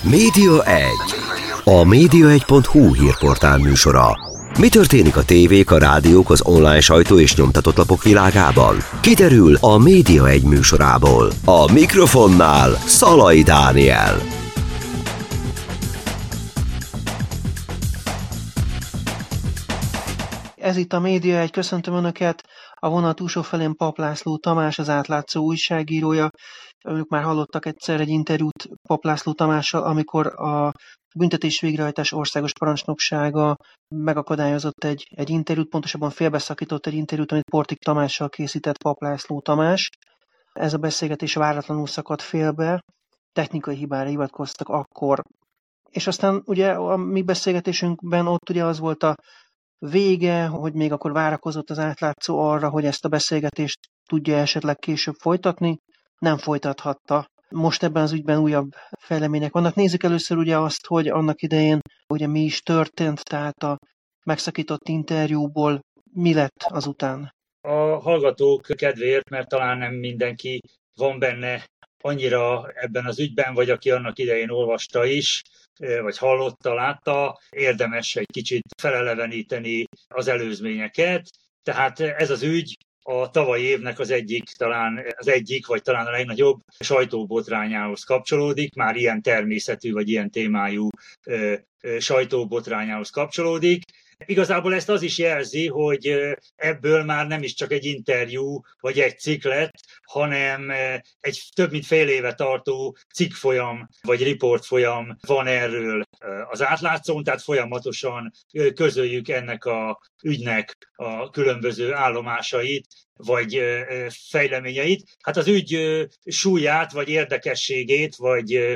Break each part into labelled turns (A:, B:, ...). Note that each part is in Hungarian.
A: Média 1. A média1.hu hírportál műsora. Mi történik a tévék, a rádiók, az online sajtó és nyomtatott lapok világában? Kiderül a Média 1 műsorából. A mikrofonnál Szalai Dániel.
B: Ez itt a Média 1, köszöntöm Önöket. A vonal túlsó felén Papp László Tamás, az Átlátszó újságírója. Önök már hallottak egyszer egy interjút Papp László Tamással, amikor a büntetés végrehajtás országos parancsnoksága megakadályozott egy interjút, pontosabban félbeszakított egy interjút, amit Portik Tamással készített Papp László Tamás. Ez a beszélgetés váratlanul szakadt félbe, technikai hibára hivatkoztak akkor. És aztán ugye a mi beszélgetésünkben ott ugye az volt a vége, hogy még akkor várakozott az Átlátszó arra, hogy ezt a beszélgetést tudja esetleg később folytatni. Nem folytathatta. Most ebben az ügyben újabb fejlemények vannak. Nézzük először ugye azt, hogy annak idején ugye mi is történt, tehát a megszakított interjúból mi lett azután.
C: A hallgatók kedvéért, mert talán nem mindenki van benne annyira ebben az ügyben, vagy aki annak idején olvasta is, vagy hallotta, látta, érdemes egy kicsit feleleveníteni az előzményeket. Tehát ez az ügy a tavalyi évnek az egyik, vagy talán a legnagyobb sajtóbotrányához kapcsolódik, már ilyen természetű, vagy ilyen témájú sajtóbotrányához kapcsolódik. Igazából ezt az is jelzi, hogy ebből már nem is csak egy interjú vagy egy cikk lett, hanem egy több mint fél éve tartó cikkfolyam vagy riportfolyam van erről az Átlátszón, tehát folyamatosan közöljük ennek a ügynek a különböző állomásait vagy fejleményeit. Hát az ügy súlyát vagy érdekességét, vagy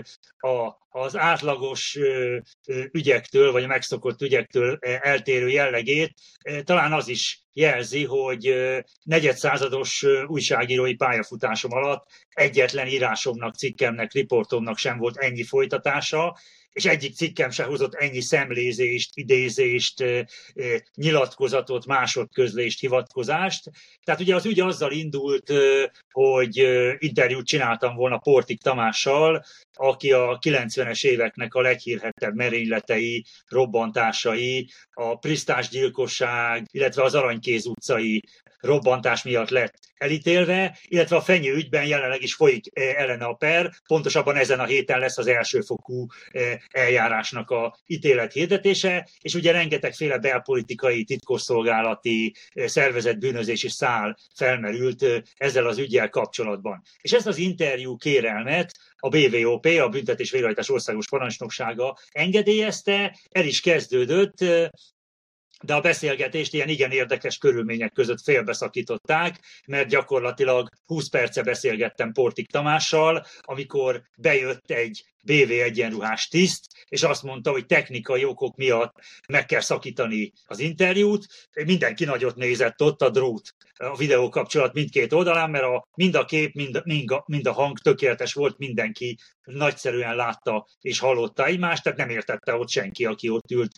C: az átlagos ügyektől, vagy a megszokott ügyektől eltérő jellegét talán az is jelzi, hogy negyedszázados újságírói pályafutásom alatt egyetlen írásomnak, cikkemnek, riportomnak sem volt ennyi folytatása, és egyik cikkem se hozott ennyi szemlézést, idézést, nyilatkozatot, másodközlést, hivatkozást. Tehát ugye az ügy azzal indult, hogy interjút csináltam volna Portik Tamással, aki a 90-es éveknek a leghírhettebb merényletei, robbantásai, a prisztásgyilkosság, illetve az Aranykéz utcai robbantás miatt lett elítélve, illetve a Fenyő ügyben jelenleg is folyik ellene a per, pontosabban ezen a héten lesz az elsőfokú eljárásnak a ítélet hirdetése, és ugye rengetegféle belpolitikai, titkosszolgálati, szervezett bűnözési szál felmerült ezzel az üggyel kapcsolatban. És ezt az interjú kérelmet a BVOP, a Büntetés Végrehajtás Országos Parancsnoksága engedélyezte, el is kezdődött, de a beszélgetést ilyen igen érdekes körülmények között félbeszakították, mert gyakorlatilag 20 perce beszélgettem Portik Tamással, amikor bejött egy BV egyenruhás tiszt, és azt mondta, hogy technikai okok miatt meg kell szakítani az interjút. Mindenki nagyot nézett ott, a videó kapcsolat mindkét oldalán, mert mind a kép, mind a hang tökéletes volt, mindenki nagyszerűen látta és hallotta egymást, tehát nem értette ott senki, aki ott ült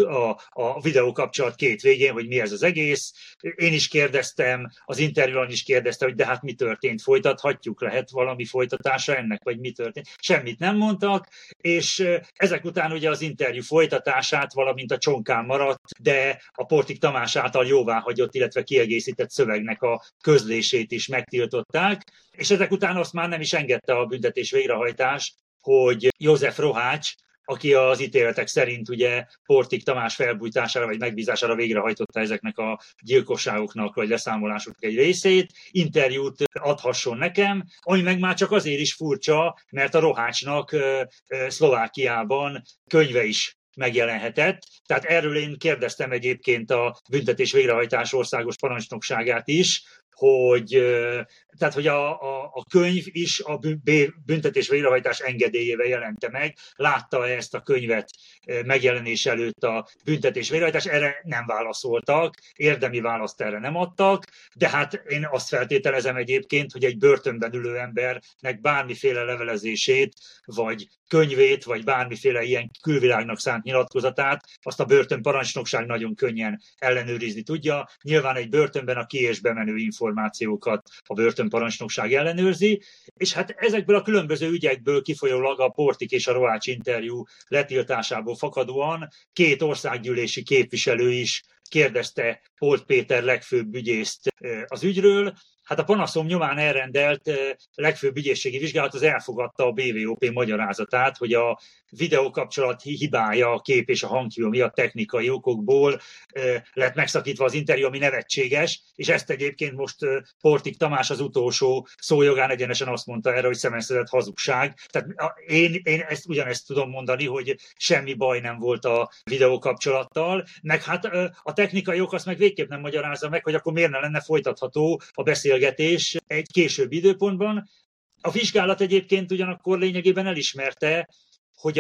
C: a videó kapcsolat két végén, hogy mi ez az egész. Én is kérdeztem, az interjúan is kérdezte, hogy de hát mi történt, folytathatjuk, lehet valami folytatása ennek, vagy mi történt. Semmit nem mondtak, és ezek után ugye az interjú folytatását, valamint a csonkán maradt, de a Portik Tamás által jóváhagyott, illetve kiegészített szövegnek a közlését is megtiltották, és ezek után azt már nem is engedte a büntetés végrehajtás, hogy József Rohács, aki az ítéletek szerint ugye Portik Tamás felbújtására vagy megbízására végrehajtotta ezeknek a gyilkosságoknak vagy leszámolásoknak egy részét, interjút adhasson nekem, ami meg már csak azért is furcsa, mert a Rohácsnak Szlovákiában könyve is megjelenhetett. Tehát erről én kérdeztem egyébként a Büntetés Végrehajtás Országos Parancsnokságát is, hogy a könyv is a büntetés végrehajtás engedélyével jelente meg. Látta ezt a könyvet megjelenés előtt a büntetés végrehajtás? Erre nem válaszoltak, érdemi választ erre nem adtak, de hát én azt feltételezem egyébként, hogy egy börtönben ülő embernek bármiféle levelezését, vagy könyvét, vagy bármiféle ilyen külvilágnak szánt nyilatkozatát, azt a börtönparancsnokság nagyon könnyen ellenőrizni tudja. Nyilván egy börtönben a ki- és bemenő információ információkat a börtönparancsnokság ellenőrzi, és hát ezekből a különböző ügyekből kifolyólag a Portik és a Rohács interjú letiltásából fakadóan 2 országgyűlési képviselő is kérdezte Polt Péter legfőbb ügyészt az ügyről. Hát a panaszom nyomán elrendelt legfőbb ügyészségi vizsgálat az elfogadta a BVOP magyarázatát, hogy a videókapcsolat hibája, a kép és a hanghiba miatt technikai okokból lett megszakítva az interjú, ami nevetséges, és ezt egyébként most Portik Tamás az utolsó szójogán egyenesen azt mondta erre, hogy szemenszedett hazugság. Tehát én ugyanezt tudom mondani, hogy semmi baj nem volt a videókapcsolattal, meg hát a technikai ok azt meg végképp nem magyarázza meg, hogy akkor miért ne lenne folytatható a beszélgetés egy későbbi időpontban. A vizsgálat egyébként ugyanakkor lényegében elismerte, hogy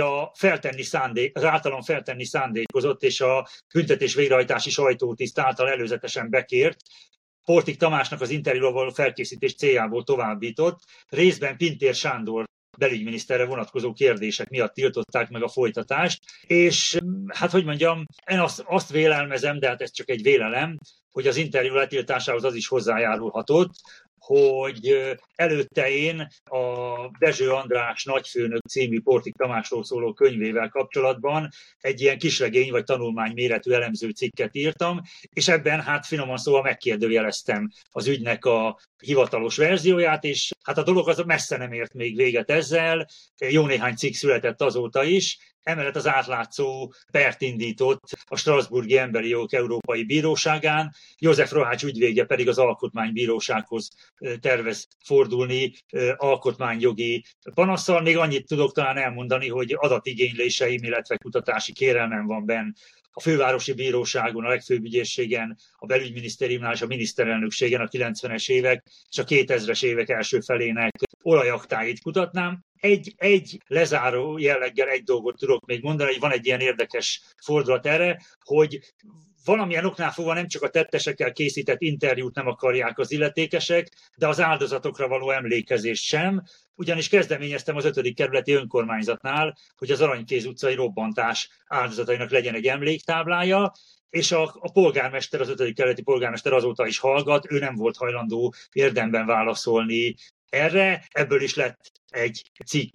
C: az általam feltenni szándékozott és a büntetés végrehajtási sajtótiszt által előzetesen bekért, Portik Tamásnak az interjúval való felkészítés céljából továbbított, részben Pintér Sándor belügyminiszterre vonatkozó kérdések miatt tiltották meg a folytatást, és hát hogy mondjam, én azt vélelmezem, de hát ez csak egy vélelem, hogy az interjú letiltásához az is hozzájárulhatott, hogy előtte én a Dezső András Nagyfőnök című Portik Tamásról szóló könyvével kapcsolatban egy ilyen kisregény vagy tanulmány méretű elemző cikket írtam, és ebben hát finoman szóval megkérdőjeleztem az ügynek a hivatalos verzióját, és hát a dolog az messze nem ért még véget ezzel, jó néhány cikk született azóta is. Emellett az átlátszó pert indított a Strasbourgi Emberi Jogok Európai Bíróságán, József Rohács ügyvédje pedig az Alkotmánybírósághoz tervez fordulni alkotmányjogi panasszal. Még annyit tudok talán elmondani, hogy adatigényléseim, illetve kutatási kérelmem van benn a Fővárosi Bíróságon, a legfőbb ügyészségen, a Belügyminisztériumnál és a miniszterelnökségen a 90-es évek és a 2000-es évek első felének olajaktáit kutatnám. Egy lezáró jelleggel egy dolgot tudok még mondani, hogy van egy ilyen érdekes fordulat erre, hogy valamilyen oknál fogva nem csak a tettesekkel készített interjút nem akarják az illetékesek, de az áldozatokra való emlékezést sem, ugyanis kezdeményeztem az 5. kerületi önkormányzatnál, hogy az Aranykéz utcai robbantás áldozatainak legyen egy emléktáblája, és a polgármester, az 5. kerületi polgármester azóta is hallgat, ő nem volt hajlandó érdemben válaszolni erre, ebből is lett egy cikk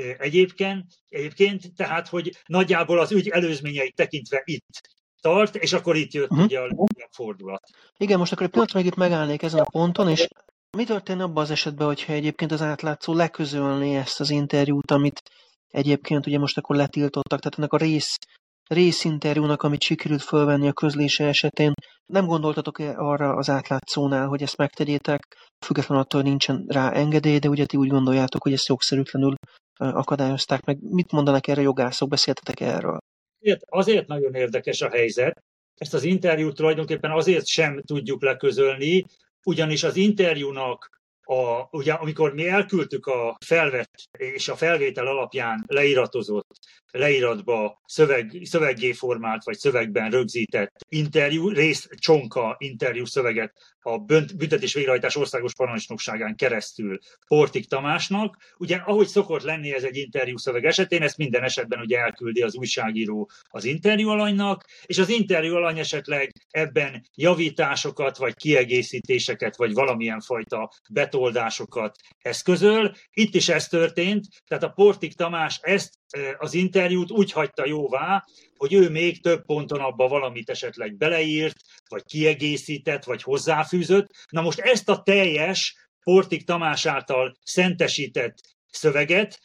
C: egyébként, tehát, hogy nagyjából az ügy előzményeit tekintve itt tart, és akkor itt jött ugye a fordulat.
B: Igen, most akkor egy pillanatra még itt megállnék ezen a ponton, és mi történne abban az esetben, hogyha egyébként az átlátszó leközölné ezt az interjút, amit egyébként ugye most akkor letiltottak, tehát ennek a részinterjúnak, amit sikerült fölvenni a közlése esetén, nem gondoltatok-e arra az átlátszónál, hogy ezt megtegyétek, függetlenül attól, hogy nincsen rá engedély, de ugye ti úgy gondoljátok, hogy ezt jogszerűtlenül akadályozták meg. Mit mondanak erre jogászok, beszéltetek erről?
C: Azért nagyon érdekes a helyzet. Ezt az interjút tulajdonképpen azért sem tudjuk leközölni, ugyanis az interjúnak, ugye, amikor mi elküldtük a felvett és a felvétel alapján leíratozott, leíratba szöveggé formált vagy szövegben rögzített interjú, csonka interjú szöveget a büntetés végrehajtás országos parancsnokságán keresztül Portik Tamásnak. Ugye, ahogy szokott lenni ez egy interjú szöveg esetén, ezt minden esetben ugye elküldi az újságíró az interjú alanynak, és az interjú alany esetleg ebben javításokat, vagy kiegészítéseket, vagy valamilyen fajta betoldásokat eszközöl. Itt is ez történt, tehát a Portik Tamás ezt az interjút úgy hagyta jóvá, hogy ő még több ponton abba valamit esetleg beleírt, vagy kiegészített, vagy hozzáfűzött. Na most ezt a teljes Portik Tamás által szentesített szöveget,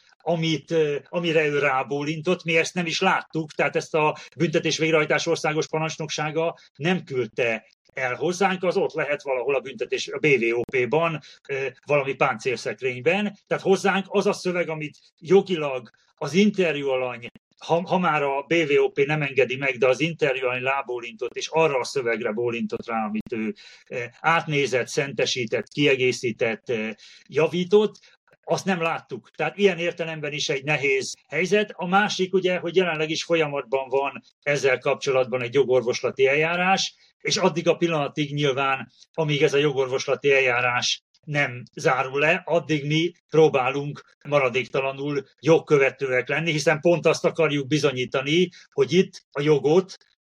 C: amire ő rábólintott, mi ezt nem is láttuk, tehát ezt a büntetés végrehajtás országos parancsnoksága nem küldte el hozzánk, az ott lehet valahol a BVOP-ban, valami páncélszekrényben. Tehát hozzánk az a szöveg, amit jogilag az interjú alany, ha már a BVOP nem engedi meg, de az interjú alany rábólintott, és arra a szövegre bólintott rá, amit ő átnézett, szentesített, kiegészített, javított, azt nem láttuk. Tehát ilyen értelemben is egy nehéz helyzet. A másik ugye, hogy jelenleg is folyamatban van ezzel kapcsolatban egy jogorvoslati eljárás, és addig a pillanatig nyilván, amíg ez a jogorvoslati eljárás nem zárul le, addig mi próbálunk maradéktalanul jogkövetőek lenni, hiszen pont azt akarjuk bizonyítani, hogy itt a jogot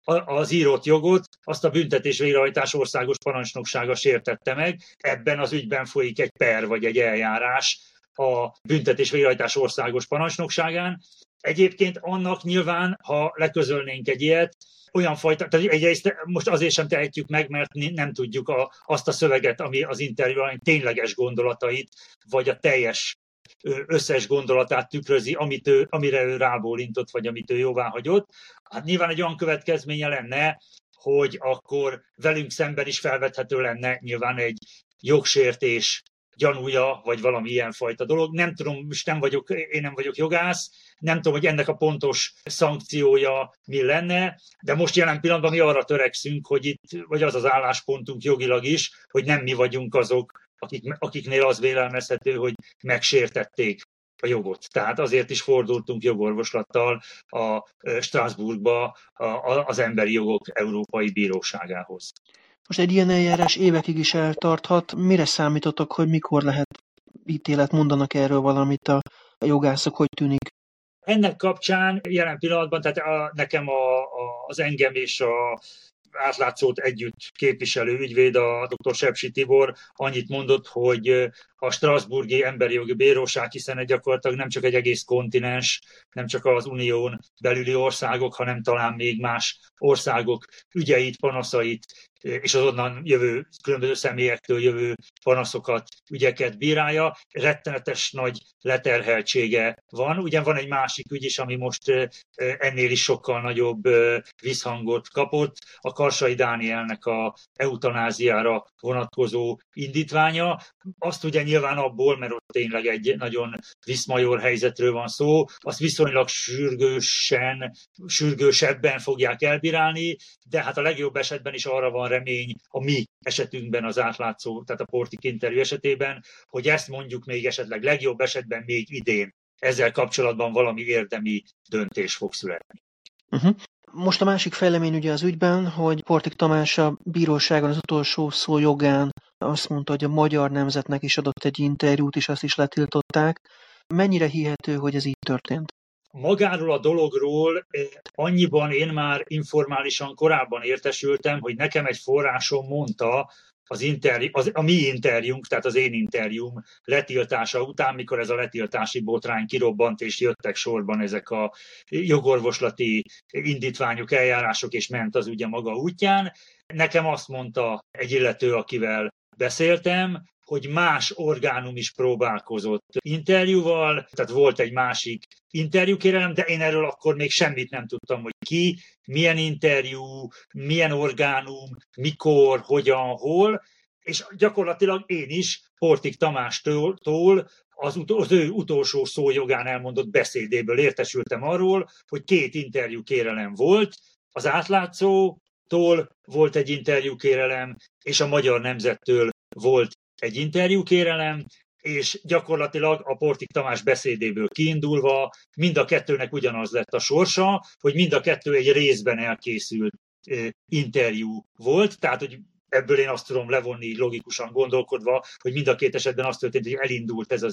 C: az írott jogot, azt a büntetés végrehajtás országos parancsnoksága sértette meg. Ebben az ügyben folyik egy per vagy egy eljárás a büntetés végrehajtás országos parancsnokságán. Egyébként annak nyilván, ha leközölnénk egy ilyet, olyan fajta, tehát egyrészt most azért sem tehetjük meg, mert nem tudjuk azt a szöveget, ami az interjú alany tényleges gondolatait, vagy a teljes összes gondolatát tükrözi, amire ő rábólintott, vagy amit ő jóvá hagyott. Hát nyilván egy olyan következménye lenne, hogy akkor velünk szemben is felvethető lenne nyilván egy jogsértés gyanúja, vagy valami ilyenfajta dolog. Nem tudom, most én nem vagyok jogász, nem tudom, hogy ennek a pontos szankciója mi lenne, de most jelen pillanatban mi arra törekszünk, hogy itt, vagy az az álláspontunk jogilag is, hogy nem mi vagyunk azok, akiknél az vélelmezhető, hogy megsértették a jogot. Tehát azért is fordultunk jogorvoslattal a Strasbourgba az Emberi Jogok Európai Bíróságához.
B: Most egy ilyen eljárás évekig is eltarthat. Mire számítotok, hogy mikor lehet ítélet? Mondanak erről valamit a jogászok, hogy tűnik?
C: Ennek kapcsán jelen pillanatban, tehát nekem az engem és a átlátszót együtt képviselő ügyvéd, a dr. Sepsi Tibor annyit mondott, hogy a Strasbourgi Emberi Jogi Bíróság, hiszen gyakorlatilag nem csak egy egész kontinens, nem csak az unión belüli országok, hanem talán még más országok ügyeit, panaszait és az onnan jövő különböző személyektől jövő panaszokat, ügyeket bírálja. Rettenetes nagy leterheltsége van. Ugyan van egy másik ügy is, ami most ennél is sokkal nagyobb visszhangot kapott. A Karsai Dánielnek a eutanáziára vonatkozó indítványa. Azt ugye nyilván abból, mert ott tényleg egy nagyon viszmajor helyzetről van szó, azt viszonylag sürgősebben fogják elbírálni, de hát a legjobb esetben is arra van remény a mi esetünkben az átlátszó, tehát a Portik interjú esetében, hogy ezt mondjuk még esetleg legjobb esetben még idén ezzel kapcsolatban valami érdemi döntés fog születni.
B: Most a másik fejlemény ugye az ügyben, hogy Portik Tamás a bíróságon az utolsó szó jogán azt mondta, hogy a Magyar Nemzetnek is adott egy interjút, és azt is letiltották. Mennyire hihető, hogy ez így történt?
C: Magáról a dologról annyiban én már informálisan korábban értesültem, hogy nekem egy forrásom mondta a mi interjúnk, tehát az én interjúm letiltása után, mikor ez a letiltási botrány kirobbant, és jöttek sorban ezek a jogorvoslati indítványok, eljárások, és ment az ugye maga útján. Nekem azt mondta egy illető, akivel beszéltem, hogy más orgánum is próbálkozott interjúval, tehát volt egy másik interjúkérelem, de én erről akkor még semmit nem tudtam, hogy ki, milyen interjú, milyen orgánum, mikor, hogyan, hol, és gyakorlatilag én is Portik Tamástól az ő utolsó szó jogán elmondott beszédéből értesültem arról, hogy 2 interjúkérelem volt, az átlátszótól volt egy interjúkérelem, és a Magyar Nemzettől volt egy interjúkérelem, és gyakorlatilag a Portik Tamás beszédéből kiindulva mind a kettőnek ugyanaz lett a sorsa, hogy mind a kettő egy részben elkészült interjú volt, tehát hogy ebből én azt tudom levonni logikusan gondolkodva, hogy mind a 2 esetben az történt, hogy elindult ez az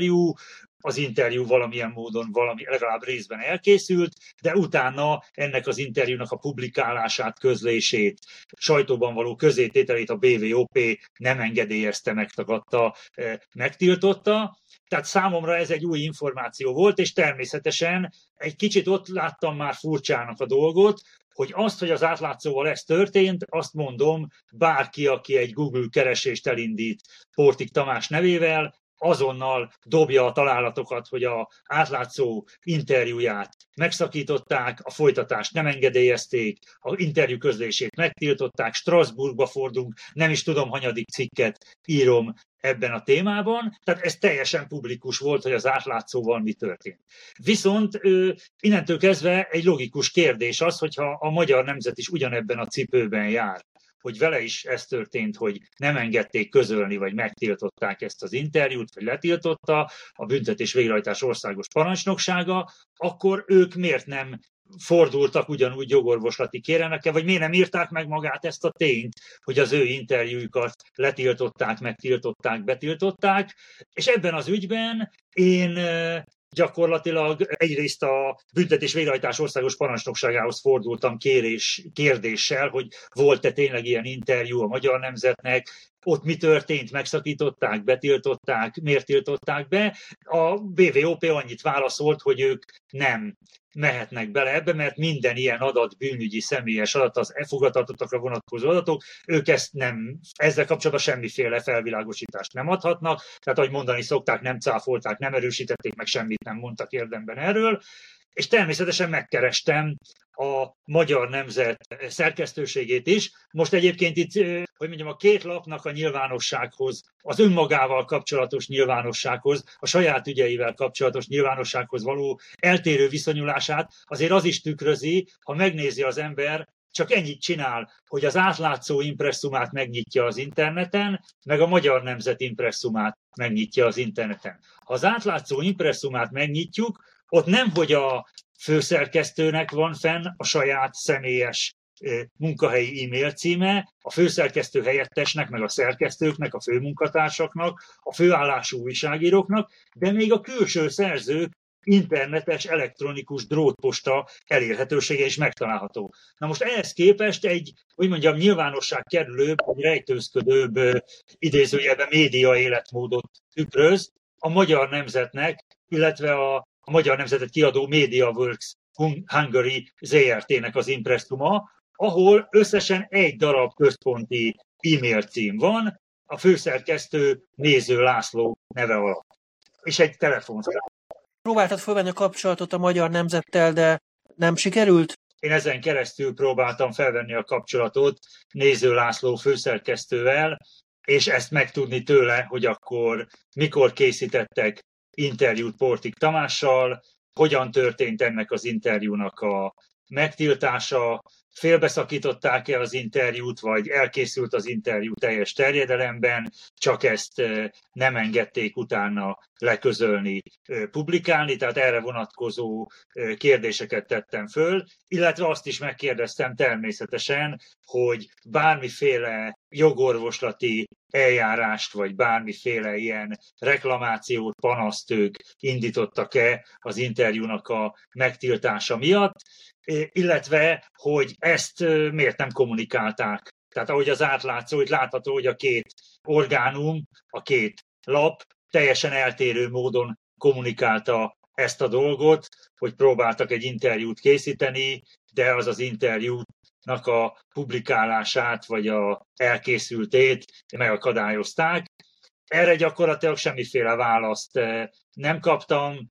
C: interjú valamilyen módon legalább részben elkészült, de utána ennek az interjúnak a publikálását, közlését, sajtóban való közzétételét a BVOP nem engedélyezte, megtagadta, megtiltotta. Tehát számomra ez egy új információ volt, és természetesen egy kicsit ott láttam már furcsának a dolgot, hogy azt, hogy az átlátszóval ez történt, azt mondom, bárki, aki egy Google keresést elindít Portik Tamás nevével, azonnal dobja a találatokat, hogy az átlátszó interjúját megszakították, a folytatást nem engedélyezték, az interjú közlését megtiltották, Strasbourgba fordulunk, nem is tudom, hanyadik cikket írom ebben a témában, tehát ez teljesen publikus volt, hogy az átlátszóval mi történt. Viszont innentől kezdve egy logikus kérdés az, hogyha a Magyar Nemzet is ugyanebben a cipőben jár, hogy vele is ez történt, hogy nem engedték közölni, vagy megtiltották ezt az interjút, vagy letiltotta a büntetés végrehajtás országos parancsnoksága, akkor ők miért nem fordultak ugyanúgy jogorvoslati kérelmekkel, vagy miért nem írták meg magát ezt a tényt, hogy az ő interjújukat letiltották, megtiltották, betiltották, és ebben az ügyben én gyakorlatilag egyrészt a Büntetés Végrehajtás Országos Parancsnokságához fordultam kérdéssel, hogy volt-e tényleg ilyen interjú a Magyar Nemzetnek, ott mi történt, megszakították, betiltották, miért tiltották be. A BVOP annyit válaszolt, hogy ők nem mehetnek bele ebbe, mert minden ilyen adat, bűnügyi, személyes adat, az fogvatartottakra vonatkozó adatok, ők ezt nem, ezzel kapcsolatban semmiféle felvilágosítást nem adhatnak, tehát ahogy mondani szokták, nem cáfolták, nem erősítették, meg semmit nem mondtak érdemben erről, és természetesen megkerestem a Magyar Nemzet szerkesztőségét is. Most egyébként itt, hogy mondjam, a két lapnak a nyilvánossághoz, az önmagával kapcsolatos nyilvánossághoz, a saját ügyeivel kapcsolatos nyilvánossághoz való eltérő viszonyulását azért az is tükrözi, ha megnézi az ember, csak ennyit csinál, hogy az átlátszó impresszumát megnyitja az interneten, meg a Magyar Nemzet impresszumát megnyitja az interneten. Ha az átlátszó impresszumát megnyitjuk, ott nemhogy a főszerkesztőnek van fenn a saját személyes munkahelyi e-mail címe, a főszerkesztő helyettesnek, meg a szerkesztőknek, a főmunkatársaknak, a főállású újságíróknak, de még a külső szerzők internetes, elektronikus drótposta elérhetősége is megtalálható. Na most ehhez képest egy, hogy mondjam, nyilvánosság kerülőbb, vagy rejtőzködőbb idézőjelben média életmódot tükröz a Magyar Nemzetnek, illetve a Magyar Nemzetet kiadó MediaWorks Hungary ZRT-nek az impresszuma, ahol összesen egy darab központi e-mail cím van, a főszerkesztő Néző László neve alatt, és egy telefonszám.
B: Próbáltad fölvenni a kapcsolatot a Magyar Nemzettel, de nem sikerült?
C: Én ezen keresztül próbáltam felvenni a kapcsolatot Néző László főszerkesztővel, és ezt megtudni tőle, hogy akkor mikor készítettek interjút Portik Tamással, hogyan történt ennek az interjúnak a megtiltása, félbeszakították-e az interjút, vagy elkészült az interjú teljes terjedelemben, csak ezt nem engedték utána leközölni, publikálni, tehát erre vonatkozó kérdéseket tettem föl, illetve azt is megkérdeztem természetesen, hogy bármiféle jogorvoslati eljárást, vagy bármiféle ilyen reklamációt, panaszt ők indítottak-e az interjúnak a megtiltása miatt, illetve, hogy ezt miért nem kommunikálták. Tehát ahogy az átlátszó, hogy látható, hogy a két orgánum, a két lap teljesen eltérő módon kommunikálta ezt a dolgot, hogy próbáltak egy interjút készíteni, de az interjúnak a publikálását, vagy a elkészültét megakadályozták. Erre gyakorlatilag semmiféle választ nem kaptam.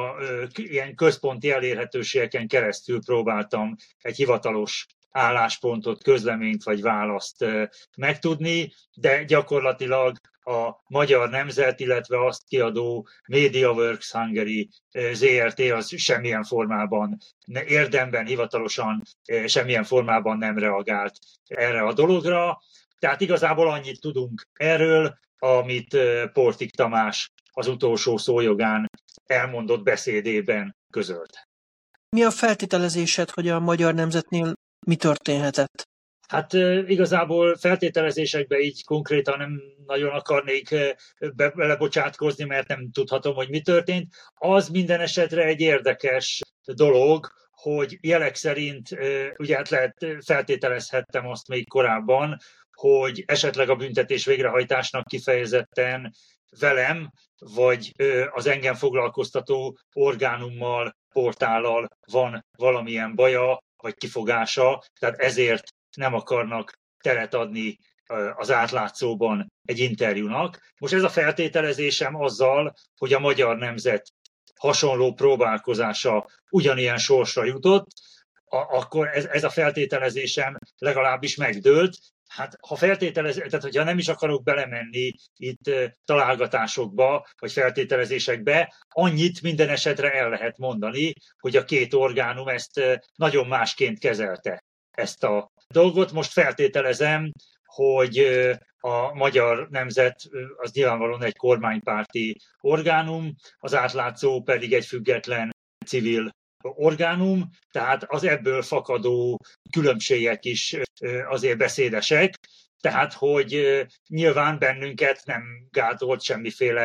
C: Ilyen központi elérhetőségeken keresztül próbáltam egy hivatalos álláspontot, közleményt vagy választ megtudni, de gyakorlatilag a Magyar Nemzet, illetve azt kiadó MediaWorks Hungary ZRT az semmilyen formában, érdemben, hivatalosan semmilyen formában nem reagált erre a dologra. Tehát igazából annyit tudunk erről, amit Portik Tamás az utolsó szójogán elmondott beszédében közölt.
B: Mi a feltételezésed, hogy a Magyar Nemzetnél mi történhetett?
C: Hát igazából feltételezésekbe így konkrétan nem nagyon akarnék belebocsátkozni, mert nem tudhatom, hogy mi történt. Az minden esetre egy érdekes dolog, hogy jelek szerint, ugye hát lehet feltételezhettem azt még korábban, hogy esetleg a büntetés végrehajtásnak kifejezetten velem, vagy az engem foglalkoztató orgánummal, portállal van valamilyen baja, vagy kifogása, tehát ezért nem akarnak teret adni az átlátszóban egy interjúnak. Most ez a feltételezésem azzal, hogy a Magyar Nemzet hasonló próbálkozása ugyanilyen sorsra jutott, akkor ez a feltételezésem legalábbis megdőlt. Hát ha tehát hogyha nem is akarok belemenni itt találgatásokba, vagy feltételezésekbe, annyit minden esetre el lehet mondani, hogy a két orgánum ezt nagyon másként kezelte, ezt a dolgot. Most feltételezem, hogy a Magyar Nemzet az nyilvánvalóan egy kormánypárti orgánum, az átlátszó pedig egy független civil orgánum, tehát az ebből fakadó különbségek is azért beszédesek, tehát hogy nyilván bennünket nem gátolt semmiféle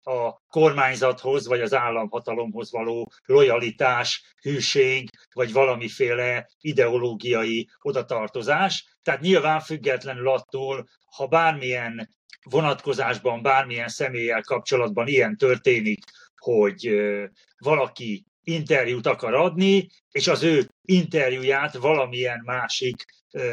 C: a kormányzathoz vagy az államhatalomhoz való lojalitás, hűség, vagy valamiféle ideológiai odatartozás. Tehát nyilván függetlenül attól, ha bármilyen vonatkozásban, bármilyen személlyel kapcsolatban ilyen történik, hogy valaki interjút akar adni, és az ő interjúját valamilyen másik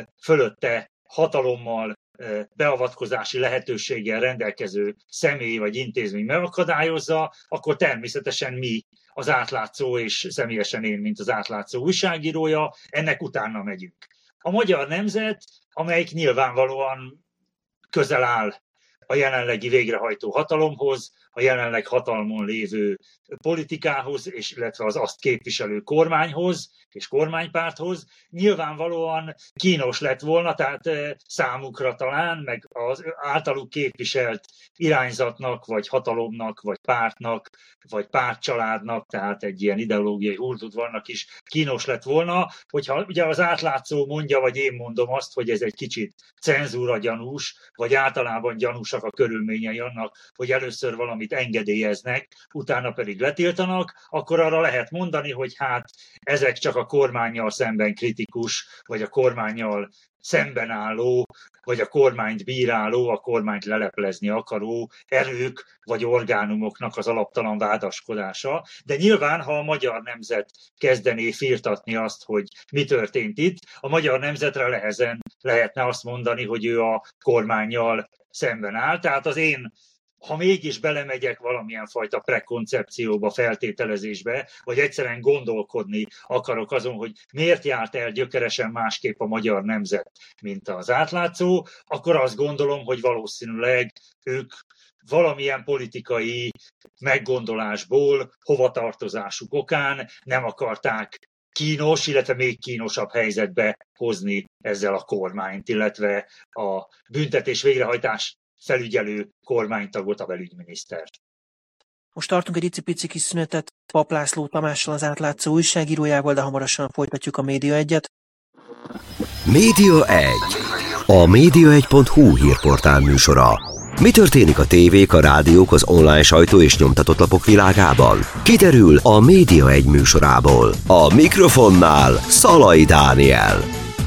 C: fölötte hatalommal, beavatkozási lehetőséggel rendelkező személy vagy intézmény megakadályozza, akkor természetesen mi, az Átlátszó, és személyesen én, mint az Átlátszó újságírója, ennek utána megyünk. A Magyar Nemzet, amelyik nyilvánvalóan közel áll a jelenlegi végrehajtó hatalomhoz, a jelenleg hatalmon lévő politikához, és illetve az azt képviselő kormányhoz és kormánypárthoz. Nyilvánvalóan kínos lett volna, tehát számukra talán, meg az általuk képviselt irányzatnak, vagy hatalomnak, vagy pártnak, vagy pártcsaládnak, tehát egy ilyen ideológiai hurduudvarnak is kínos lett volna, hogyha ugye az Átlátszó mondja, vagy én mondom azt, hogy ez egy kicsit cenzúra gyanús, vagy általában gyanúsak a körülményei annak, hogy először valamit engedélyeznek, utána pedig letiltanak, akkor arra lehet mondani, hogy hát ezek csak a kormánnyal szemben kritikus, vagy a kormánnyal szemben álló, vagy a kormányt bíráló, a kormányt leleplezni akaró erők vagy orgánumoknak az alaptalan vádaskodása. De nyilván, ha a Magyar Nemzet kezdené firtatni azt, hogy mi történt itt, a Magyar Nemzetre lehetne azt mondani, hogy ő a kormánnyal szemben áll. Tehát az én, ha mégis belemegyek valamilyen fajta prekoncepcióba, feltételezésbe, vagy egyszerűen gondolkodni akarok azon, hogy miért járt el gyökeresen másképp a Magyar Nemzet, mint az Átlátszó, akkor azt gondolom, hogy valószínűleg ők valamilyen politikai meggondolásból, hovatartozásuk okán nem akarták kínos, illetve még kínosabb helyzetbe hozni ezzel a kormányt, illetve a büntetés végrehajtás felügyelő kormánytagot, a belügyminisztert.
B: Most tartunk egy icipici kis szünetet Pap László Tamással, az Átlátszó újságírójával, de hamarosan folytatjuk a Média 1-et.
A: Média 1. A média1.hu hírportál műsora. Mi történik a tévék, a rádiók, az online sajtó és nyomtatott lapok világában? Kiderül a Média 1 műsorából. A mikrofonnál Szalai Dániel.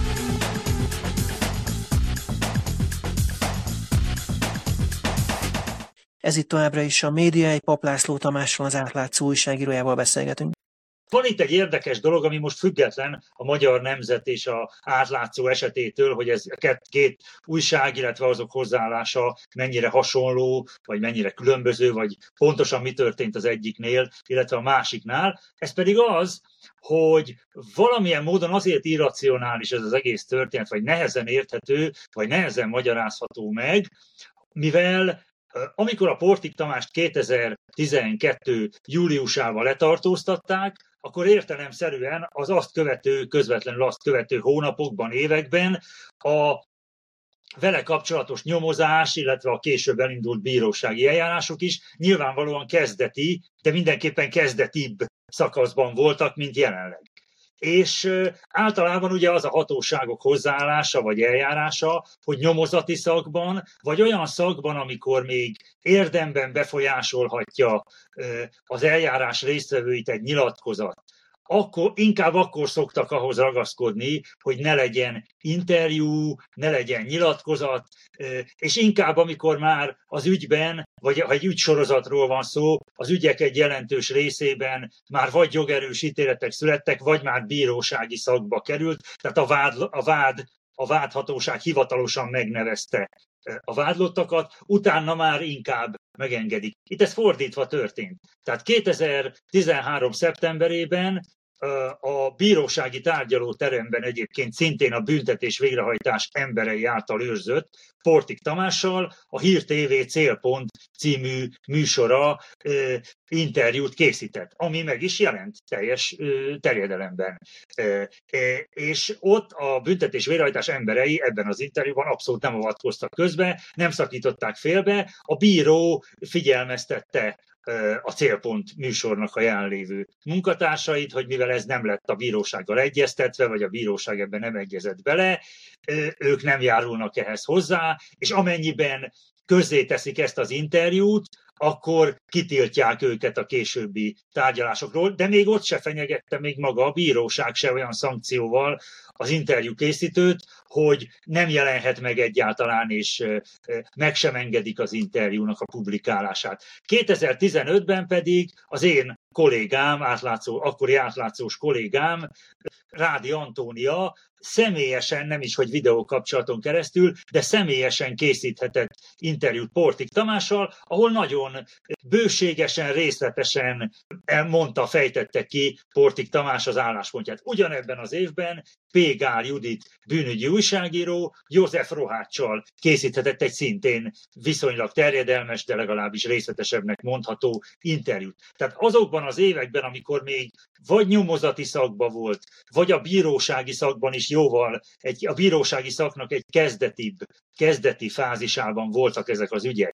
B: Ez itt továbbra is a Média 1, Pap László Tamással, az Átlátszó újságírójával beszélgetünk.
C: Van itt egy érdekes dolog, ami most független a Magyar Nemzet és az Átlátszó esetétől, hogy ez két újság, illetve azok hozzáállása mennyire hasonló, vagy mennyire különböző, vagy pontosan mi történt az egyiknél, illetve a másiknál. Ez pedig az, hogy valamilyen módon azért irracionális ez az egész történet, vagy nehezen érthető, vagy nehezen magyarázható meg, mivel amikor a Portik Tamást 2012. júliusában letartóztatták, akkor értelemszerűen az közvetlenül azt követő hónapokban, években a vele kapcsolatos nyomozás, illetve a később elindult bírósági eljárások is nyilvánvalóan kezdeti, de mindenképpen kezdetibb szakaszban voltak, mint jelenleg. És általában ugye az a hatóságok hozzáállása vagy eljárása, hogy nyomozati szakban, vagy olyan szakban, amikor még érdemben befolyásolhatja az eljárás résztvevőit egy nyilatkozat, inkább akkor szoktak ahhoz ragaszkodni, hogy ne legyen interjú, ne legyen nyilatkozat, és inkább amikor már az ügyben, vagy ha egy ügysorozatról van szó, az ügyek egy jelentős részében már vagy jogerős ítéletek születtek, vagy már bírósági szakba került, tehát a vádhatóság hivatalosan megnevezte a vádlottakat, utána már inkább megengedik. Itt ez fordítva történt. Tehát 2013. szeptemberében a bírósági tárgyalóteremben egyébként szintén a büntetés végrehajtás emberei által őrzött Portik Tamással a Hír TV Célpont című műsora interjút készített, ami meg is jelent teljes terjedelemben. És ott a büntetés végrehajtás emberei ebben az interjúban abszolút nem avatkoztak közbe, nem szakították félbe, a bíró figyelmeztette a Célpont műsornak a jelenlévő munkatársait, hogy mivel ez nem lett a bírósággal egyeztetve, vagy a bíróság ebben nem egyezett bele, ők nem járulnak ehhez hozzá, és amennyiben közzéteszik ezt az interjút, akkor kitiltják őket a későbbi tárgyalásokról, de még ott se fenyegette még maga a bíróság se olyan szankcióval az interjú készítőt, hogy nem jelenhet meg egyáltalán, és meg sem engedik az interjúnak a publikálását. 2015-ben pedig az én kollégám, akkori átlátszós kollégám, Rádi Antónia személyesen, nem is hogy videókapcsolaton keresztül, de személyesen készíthetett interjút Portik Tamással, ahol nagyon bőségesen, részletesen fejtette ki Portik Tamás az álláspontját. Ugyanebben az évben P. Gál Judit bűnügyi újságíró József Roháccsal készíthetett egy szintén viszonylag terjedelmes, de legalábbis részletesebbnek mondható interjút. Tehát azokban az években, amikor még vagy nyomozati szakban volt, vagy a bírósági szakban is jóval, a bírósági szaknak egy kezdeti fázisában voltak ezek az ügyek,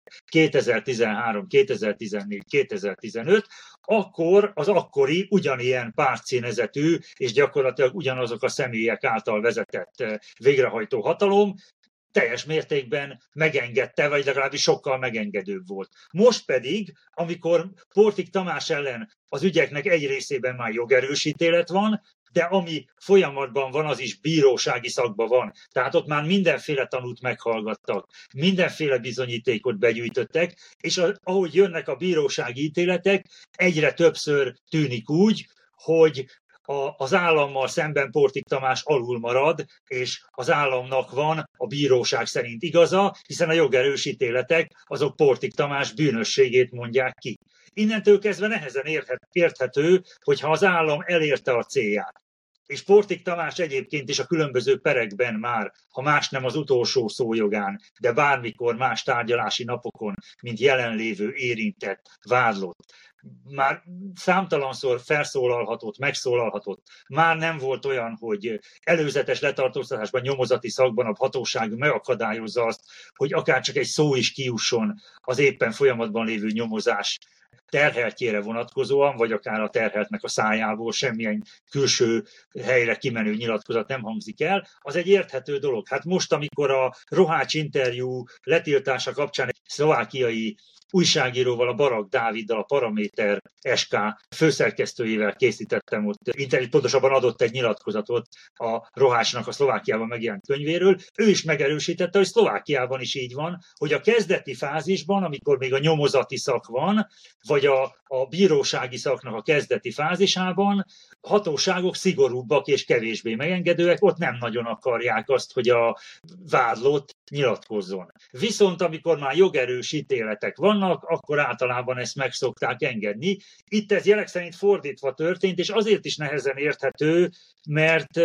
C: 2013, 2014, 2015, akkor az akkori ugyanilyen pártszínezetű és gyakorlatilag ugyanazok a személyek által vezetett végrehajtó hatalom teljes mértékben megengedte, vagy legalábbis sokkal megengedőbb volt. Most pedig, amikor Portik Tamás ellen az ügyeknek egy részében már jogerősítélet van, de ami folyamatban van, az is bírósági szakban van. Tehát ott már mindenféle tanút meghallgattak, mindenféle bizonyítékot begyűjtöttek, és ahogy jönnek a bírósági ítéletek, egyre többször tűnik úgy, hogy az állammal szemben Portik Tamás alul marad, és az államnak van a bíróság szerint igaza, hiszen a jogerős ítéletek azok Portik Tamás bűnösségét mondják ki. Innentől kezdve nehezen érthető, hogyha az állam elérte a célját. És Portik Tamás egyébként is a különböző perekben már, ha más nem az utolsó szójogán, de bármikor más tárgyalási napokon, mint jelenlévő érintett, vádlott, már számtalanszor felszólalhatott, megszólalhatott. Már nem volt olyan, hogy előzetes letartóztatásban, nyomozati szakban a hatóság megakadályozza azt, hogy akár csak egy szó is kijusson az éppen folyamatban lévő nyomozás terheltjére vonatkozóan, vagy akár a terheltnek a szájából semmilyen külső helyre kimenő nyilatkozat nem hangzik el, az egy érthető dolog. Hát most, amikor a Rohács interjú letiltása kapcsán egy szlovákiai újságíróval, a Barak Dáviddal, a Paraméter SK főszerkesztőjével készítettem ott interjút, pontosabban adott egy nyilatkozatot a Rohácsnak a Szlovákiában megjelent könyvéről. Ő is megerősítette, hogy Szlovákiában is így van, hogy a kezdeti fázisban, amikor még a nyomozati szak van, vagy a bírósági szaknak a kezdeti fázisában, hatóságok szigorúbbak és kevésbé megengedőek, ott nem nagyon akarják azt, hogy a vádlott nyilatkozzon. Viszont amikor már jogerős ítéletek vannak, akkor általában ezt meg szokták engedni. Itt ez jelek szerint fordítva történt, és azért is nehezen érthető, mert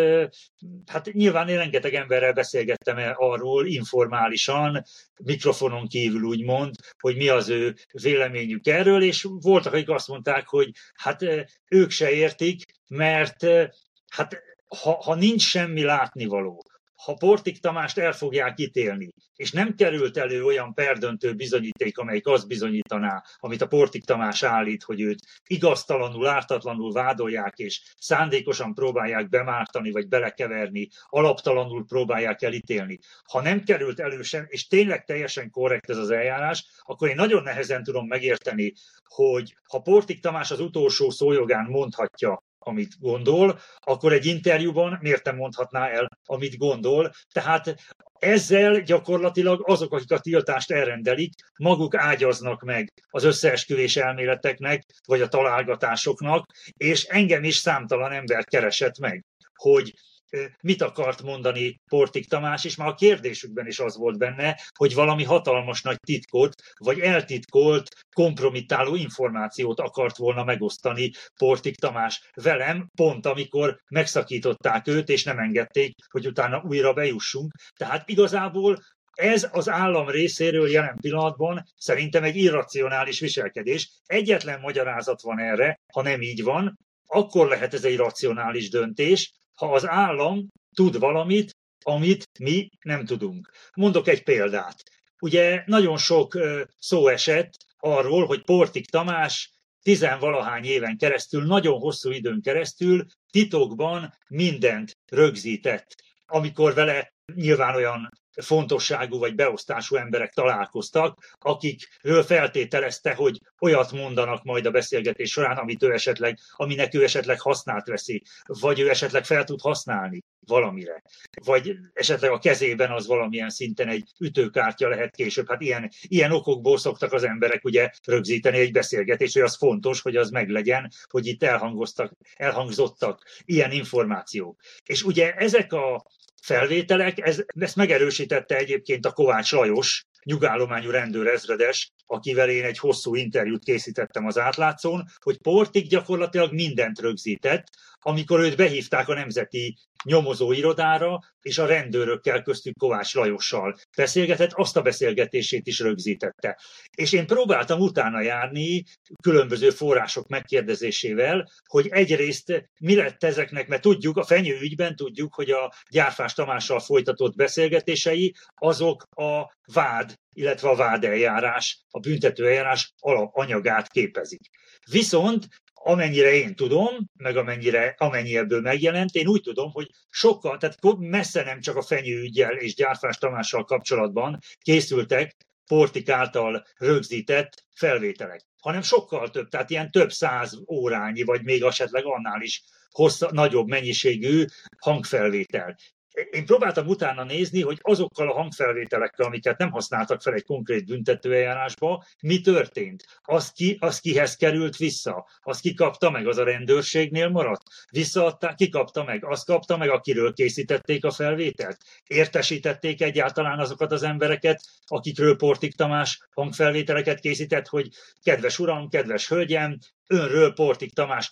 C: hát nyilván én rengeteg emberrel beszélgettem arról informálisan, mikrofonon kívül úgymond, hogy mi az ő véleményük erről, és voltak, akik azt mondták, hogy hát ők se értik, mert hát ha nincs semmi látnivaló, ha Portik Tamást el fogják ítélni, és nem került elő olyan perdöntő bizonyíték, amelyik azt bizonyítaná, amit a Portik Tamás állít, hogy őt igaztalanul, ártatlanul vádolják, és szándékosan próbálják bemártani, vagy belekeverni, alaptalanul próbálják elítélni. Ha nem került elő sem, és tényleg teljesen korrekt ez az eljárás, akkor én nagyon nehezen tudom megérteni, hogy ha Portik Tamás az utolsó szójogán mondhatja, amit gondol, akkor egy interjúban miért nem mondhatná el, amit gondol. Tehát ezzel gyakorlatilag azok, akik a tiltást elrendelik, maguk ágyaznak meg az összeesküvés elméleteknek, vagy a találgatásoknak, és engem is számtalan ember keresett meg, hogy mit akart mondani Portik Tamás, és már a kérdésükben is az volt benne, hogy valami hatalmas nagy titkot, vagy eltitkolt, kompromittáló információt akart volna megosztani Portik Tamás velem, pont amikor megszakították őt, és nem engedték, hogy utána újra bejussunk. Tehát igazából ez az állam részéről jelen pillanatban szerintem egy irracionális viselkedés. Egyetlen magyarázat van erre, ha nem így van, akkor lehet ez egy racionális döntés, ha az állam tud valamit, amit mi nem tudunk. Mondok egy példát. Ugye nagyon sok szó esett arról, hogy Portik Tamás tizenvalahány éven keresztül, nagyon hosszú időn keresztül titokban mindent rögzített. Amikor vele nyilván olyan fontosságú vagy beosztású emberek találkoztak, akikről feltételezte, hogy olyat mondanak majd a beszélgetés során, aminek ő esetleg hasznát veszi, vagy ő esetleg fel tud használni valamire. Vagy esetleg a kezében az valamilyen szinten egy ütőkártya lehet később. Hát ilyen okokból szoktak az emberek ugye rögzíteni egy beszélgetést, hogy az fontos, hogy az meglegyen, hogy itt elhangzottak ilyen információk. És ugye ezek a felvételek, ezt megerősítette egyébként a Kovács Lajos, nyugállományú rendőrezredes, akivel én egy hosszú interjút készítettem az Átlátszón, hogy Portik gyakorlatilag mindent rögzített, amikor őt behívták a Nemzeti Nyomozóirodára, és a rendőrökkel, köztük Kovács Lajossal beszélgetett, azt a beszélgetését is rögzítette. És én próbáltam utána járni különböző források megkérdezésével, hogy egyrészt mi lett ezeknek, mert tudjuk, a Fenyő ügyben tudjuk, hogy a Gyárfás Tamással folytatott beszélgetései, azok a vád, illetve a vádeljárás, a büntetőeljárás alapanyagát képezik. Viszont amennyire én tudom, meg amennyi ebből megjelent, én úgy tudom, hogy sokkal, tehát messze nem csak a Fenyő üggyel és Gyárfás Tamással kapcsolatban készültek Portik által rögzített felvételek, hanem sokkal több, tehát ilyen több száz órányi, vagy még esetleg annál is nagyobb mennyiségű hangfelvétel. Én próbáltam utána nézni, hogy azokkal a hangfelvételekkel, amiket nem használtak fel egy konkrét büntetőeljárásba, mi történt. Az kihez került vissza? Az ki kapta meg? Az a rendőrségnél maradt? Visszaadták? Ki kapta meg? Azt kapta meg, akiről készítették a felvételt? Értesítették egyáltalán azokat az embereket, akikről Portik Tamás hangfelvételeket készített, hogy kedves uram, kedves hölgyem, önről Portik Tamás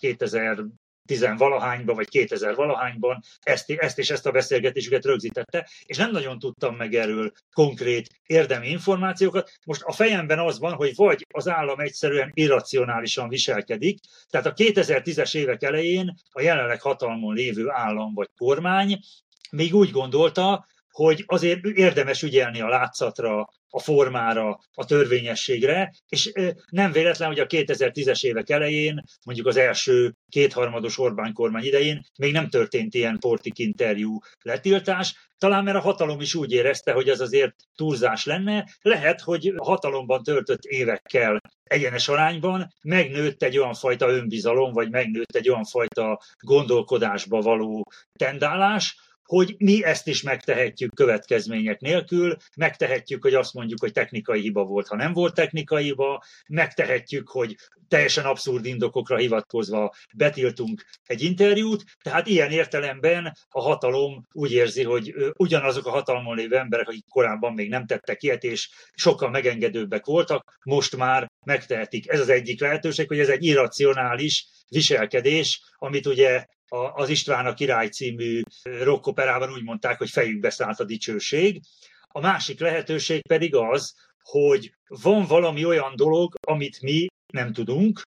C: 2010-valahányban, vagy 2000-valahányban ezt a beszélgetésüket rögzítette, és nem nagyon tudtam meg erről konkrét érdemi információkat. Most a fejemben az van, hogy vagy az állam egyszerűen irracionálisan viselkedik, tehát a 2010-es évek elején a jelenleg hatalmon lévő állam vagy kormány még úgy gondolta, hogy azért érdemes ügyelni a látszatra, a formára, a törvényességre, és nem véletlen, hogy a 2010-es évek elején, mondjuk az első kétharmados Orbán kormány idején még nem történt ilyen Portik interjú letiltás, talán mert a hatalom is úgy érezte, hogy az azért túlzás lenne, lehet, hogy a hatalomban töltött évekkel egyenes arányban megnőtt egy olyan fajta önbizalom, vagy megnőtt egy olyan fajta gondolkodásba való tendálás, hogy mi ezt is megtehetjük következmények nélkül, megtehetjük, hogy azt mondjuk, hogy technikai hiba volt, ha nem volt technikai hiba, megtehetjük, hogy teljesen abszurd indokokra hivatkozva betiltunk egy interjút, tehát ilyen értelemben a hatalom úgy érzi, hogy ugyanazok a hatalmon lévő emberek, akik korábban még nem tettek ilyet, és sokkal megengedőbbek voltak, most már megtehetik. Ez az egyik lehetőség, hogy ez egy irracionális viselkedés, amit ugye az István a király című rockoperában úgy mondták, hogy fejükbe szállt a dicsőség. A másik lehetőség pedig az, hogy van valami olyan dolog, amit mi nem tudunk,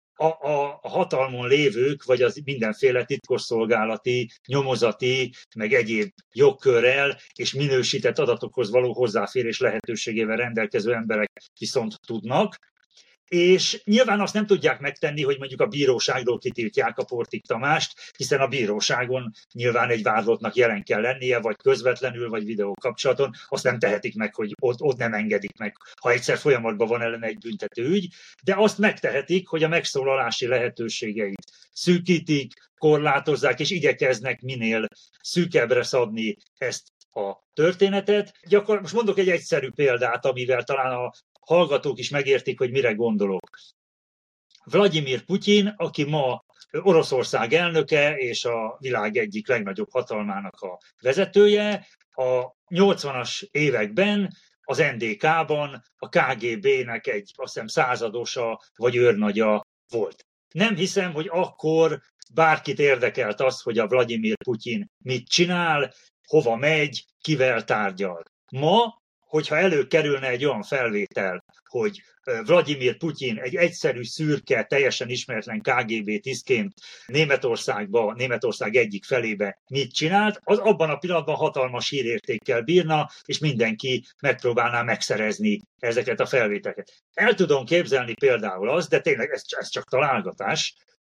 C: a hatalmon lévők, vagy az mindenféle titkosszolgálati, nyomozati, meg egyéb jogkörrel és minősített adatokhoz való hozzáférés lehetőségével rendelkező emberek viszont tudnak. És nyilván azt nem tudják megtenni, hogy mondjuk a bíróságról kitiltják a Portik Tamást, hiszen a bíróságon nyilván egy vádlottnak jelen kell lennie, vagy közvetlenül, vagy videókapcsolaton, azt nem tehetik meg, hogy ott nem engedik meg, ha egyszer folyamatban van ellen egy büntető ügy, de azt megtehetik, hogy a megszólalási lehetőségeit szűkítik, korlátozzák, és igyekeznek minél szűkebbre szabni ezt a történetet. Most mondok egy egyszerű példát, amivel talán a hallgatók is megértik, hogy mire gondolok. Vladimir Putyin, aki ma Oroszország elnöke és a világ egyik legnagyobb hatalmának a vezetője, a 80-as években az NDK-ban a KGB-nek egy, azt hiszem, századosa vagy őrnagya volt. Nem hiszem, hogy akkor bárkit érdekelt az, hogy a Vladimir Putyin mit csinál, hova megy, kivel tárgyal. Ma, hogyha előkerülne egy olyan felvétel, hogy Vladimir Putyin egy egyszerű, szürke, teljesen ismeretlen KGB tisztként Németország egyik felébe mit csinált, az abban a pillanatban hatalmas hírértékkel bírna, és mindenki megpróbálná megszerezni ezeket a felvételeket. El tudom képzelni például azt, de tényleg ez csak találgatás,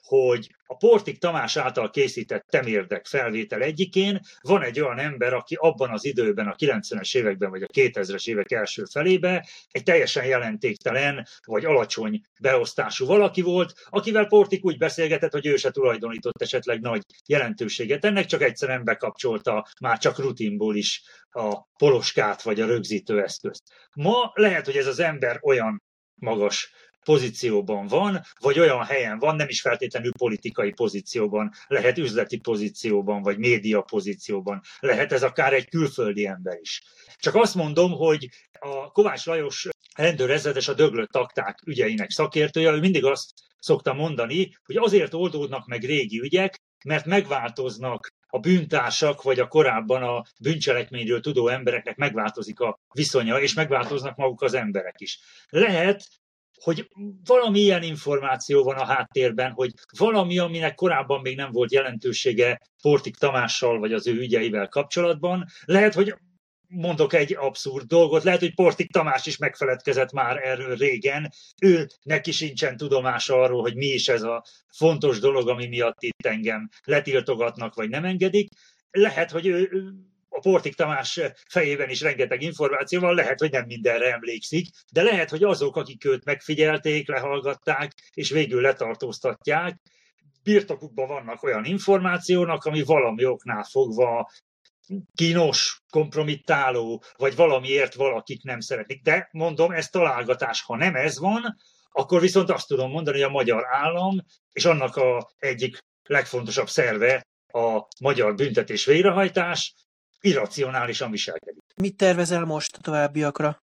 C: hogy a Portik Tamás által készített Temérdek felvétel egyikén van egy olyan ember, aki abban az időben, a 90-es években vagy a 2000-es évek első felébe egy teljesen jelentéktelen vagy alacsony beosztású valaki volt, akivel Portik úgy beszélgetett, hogy ő se tulajdonított esetleg nagy jelentőséget ennek, csak egyszerűen bekapcsolta már csak rutinból is a poloskát vagy a rögzítőeszközt. Ma lehet, hogy ez az ember olyan magas pozícióban van, vagy olyan helyen van, nem is feltétlenül politikai pozícióban, lehet üzleti pozícióban, vagy média pozícióban, lehet ez akár egy külföldi ember is. Csak azt mondom, hogy a Kovács Lajos rendőrezredes, a döglött akták ügyeinek szakértője, ő mindig azt szokta mondani, hogy azért oldódnak meg régi ügyek, mert megváltoznak a bűntársak, vagy a korábban a bűncselekményről tudó embereknek megváltozik a viszonya, és megváltoznak maguk az emberek is. Lehet, hogy valami ilyen információ van a háttérben, hogy valami, aminek korábban még nem volt jelentősége Portik Tamással, vagy az ő ügyeivel kapcsolatban. Lehet, hogy mondok egy abszurd dolgot, lehet, hogy Portik Tamás is megfeledkezett már erről régen, ő neki sincsen tudomása arról, hogy mi is ez a fontos dolog, ami miatt itt engem letiltogatnak, vagy nem engedik. Lehet, hogy a Portik Tamás fejében is rengeteg információ van, lehet, hogy nem mindenre emlékszik, de lehet, hogy azok, akik őt megfigyelték, lehallgatták, és végül letartóztatják, birtokukban vannak olyan információnak, ami valami oknál fogva kínos, kompromittáló, vagy valamiért valakik nem szeretik. De mondom, ez találgatás. Ha nem ez van, akkor viszont azt tudom mondani, hogy a magyar állam és annak egyik legfontosabb szerve a magyar büntetés végrehajtás irracionálisan viselkedik.
B: Mit tervezel most a továbbiakra?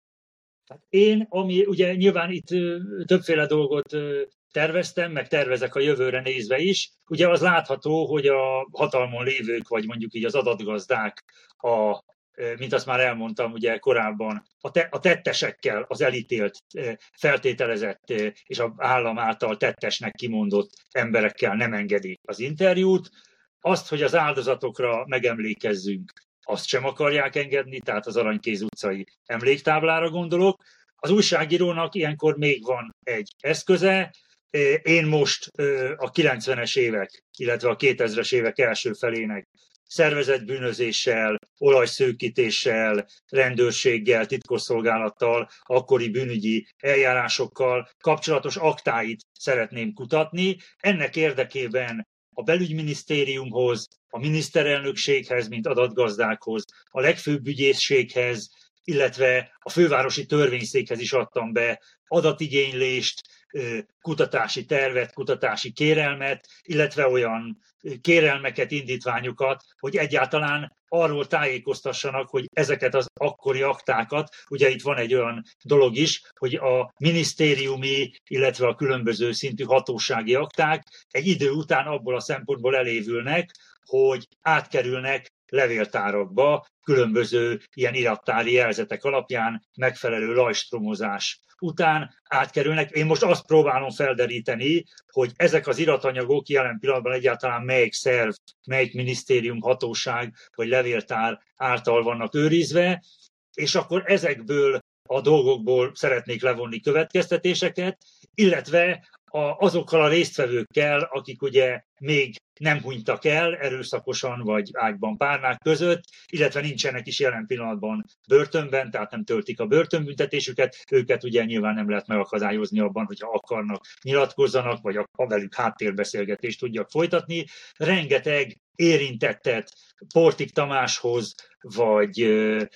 C: Én, ami ugye nyilván itt többféle dolgot terveztem, meg tervezek a jövőre nézve is. Ugye az látható, hogy a hatalmon lévők, vagy mondjuk így az adatgazdák, mint azt már elmondtam ugye korábban, a tettesekkel, az elítélt, feltételezett és az állam által tettesnek kimondott emberekkel nem engedik az interjút. Azt, hogy az áldozatokra megemlékezzünk, azt sem akarják engedni, tehát az Aranykéz utcai emléktáblára gondolok. Az újságírónak ilyenkor még van egy eszköze. Én most a 90-es évek, illetve a 2000-es évek első felének szervezett bűnözéssel, olajszőkítéssel, rendőrséggel, titkosszolgálattal, akkori bűnügyi eljárásokkal kapcsolatos aktáit szeretném kutatni. Ennek érdekében a belügyminisztériumhoz, a miniszterelnökséghez, mint adatgazdákhoz, a legfőbb ügyészséghez, illetve a fővárosi törvényszékhez is adtam be adatigénylést, kutatási tervet, kutatási kérelmet, illetve olyan kérelmeket, indítványokat, hogy egyáltalán arról tájékoztassanak, hogy ezeket az akkori aktákat, ugye itt van egy olyan dolog is, hogy a minisztériumi, illetve a különböző szintű hatósági akták egy idő után abból a szempontból elévülnek, hogy átkerülnek levéltárakba, különböző ilyen irattári jelzetek alapján megfelelő lajstromozás után átkerülnek. Én most azt próbálom felderíteni, hogy ezek az iratanyagok jelen pillanatban egyáltalán melyik szerv, melyik minisztérium, hatóság vagy levéltár által vannak őrizve, és akkor ezekből a dolgokból szeretnék levonni következtetéseket, illetve azokkal a résztvevőkkel, akik ugye még nem hunytak el erőszakosan vagy ágyban párnák között, illetve nincsenek is jelen pillanatban börtönben, tehát nem töltik a börtönbüntetésüket, őket ugye nyilván nem lehet megakadályozni abban, hogyha akarnak, nyilatkozzanak, vagy a velük háttérbeszélgetést tudjak folytatni. Rengeteg érintettet Portik Tamáshoz, vagy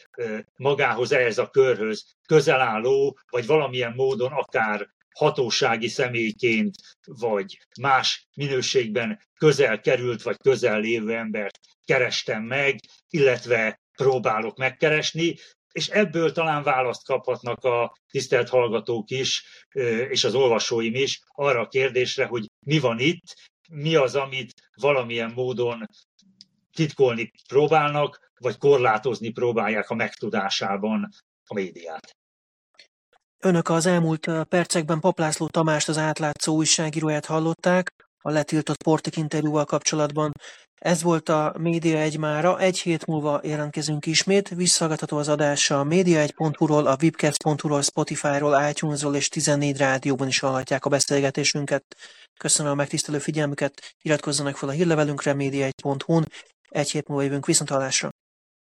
C: magához, ehhez a körhöz közel álló, vagy valamilyen módon akár hatósági személyként, vagy más minőségben közel került, vagy közel lévő embert kerestem meg, illetve próbálok megkeresni, és ebből talán választ kaphatnak a tisztelt hallgatók is, és az olvasóim is arra a kérdésre, hogy mi van itt, mi az, amit valamilyen módon titkolni próbálnak, vagy korlátozni próbálják a megtudásában a médiát.
B: Önök az elmúlt percekben Papp László Tamást, az Átlátszó újságíróját hallották a letiltott Portik interjúval kapcsolatban. Ez volt a Média 1 mára, egy hét múlva jelentkezünk ismét, visszahallgatható az adás a média1.hu-ról, a webcast.hu-ról, Spotify-ról, iTunes-ról és 14 rádióban is hallhatják a beszélgetésünket. Köszönöm a megtisztelő figyelmüket, iratkozzanak fel a hírlevelünkre média1.hu-n, egy hét múlva jövünk viszonthallásra.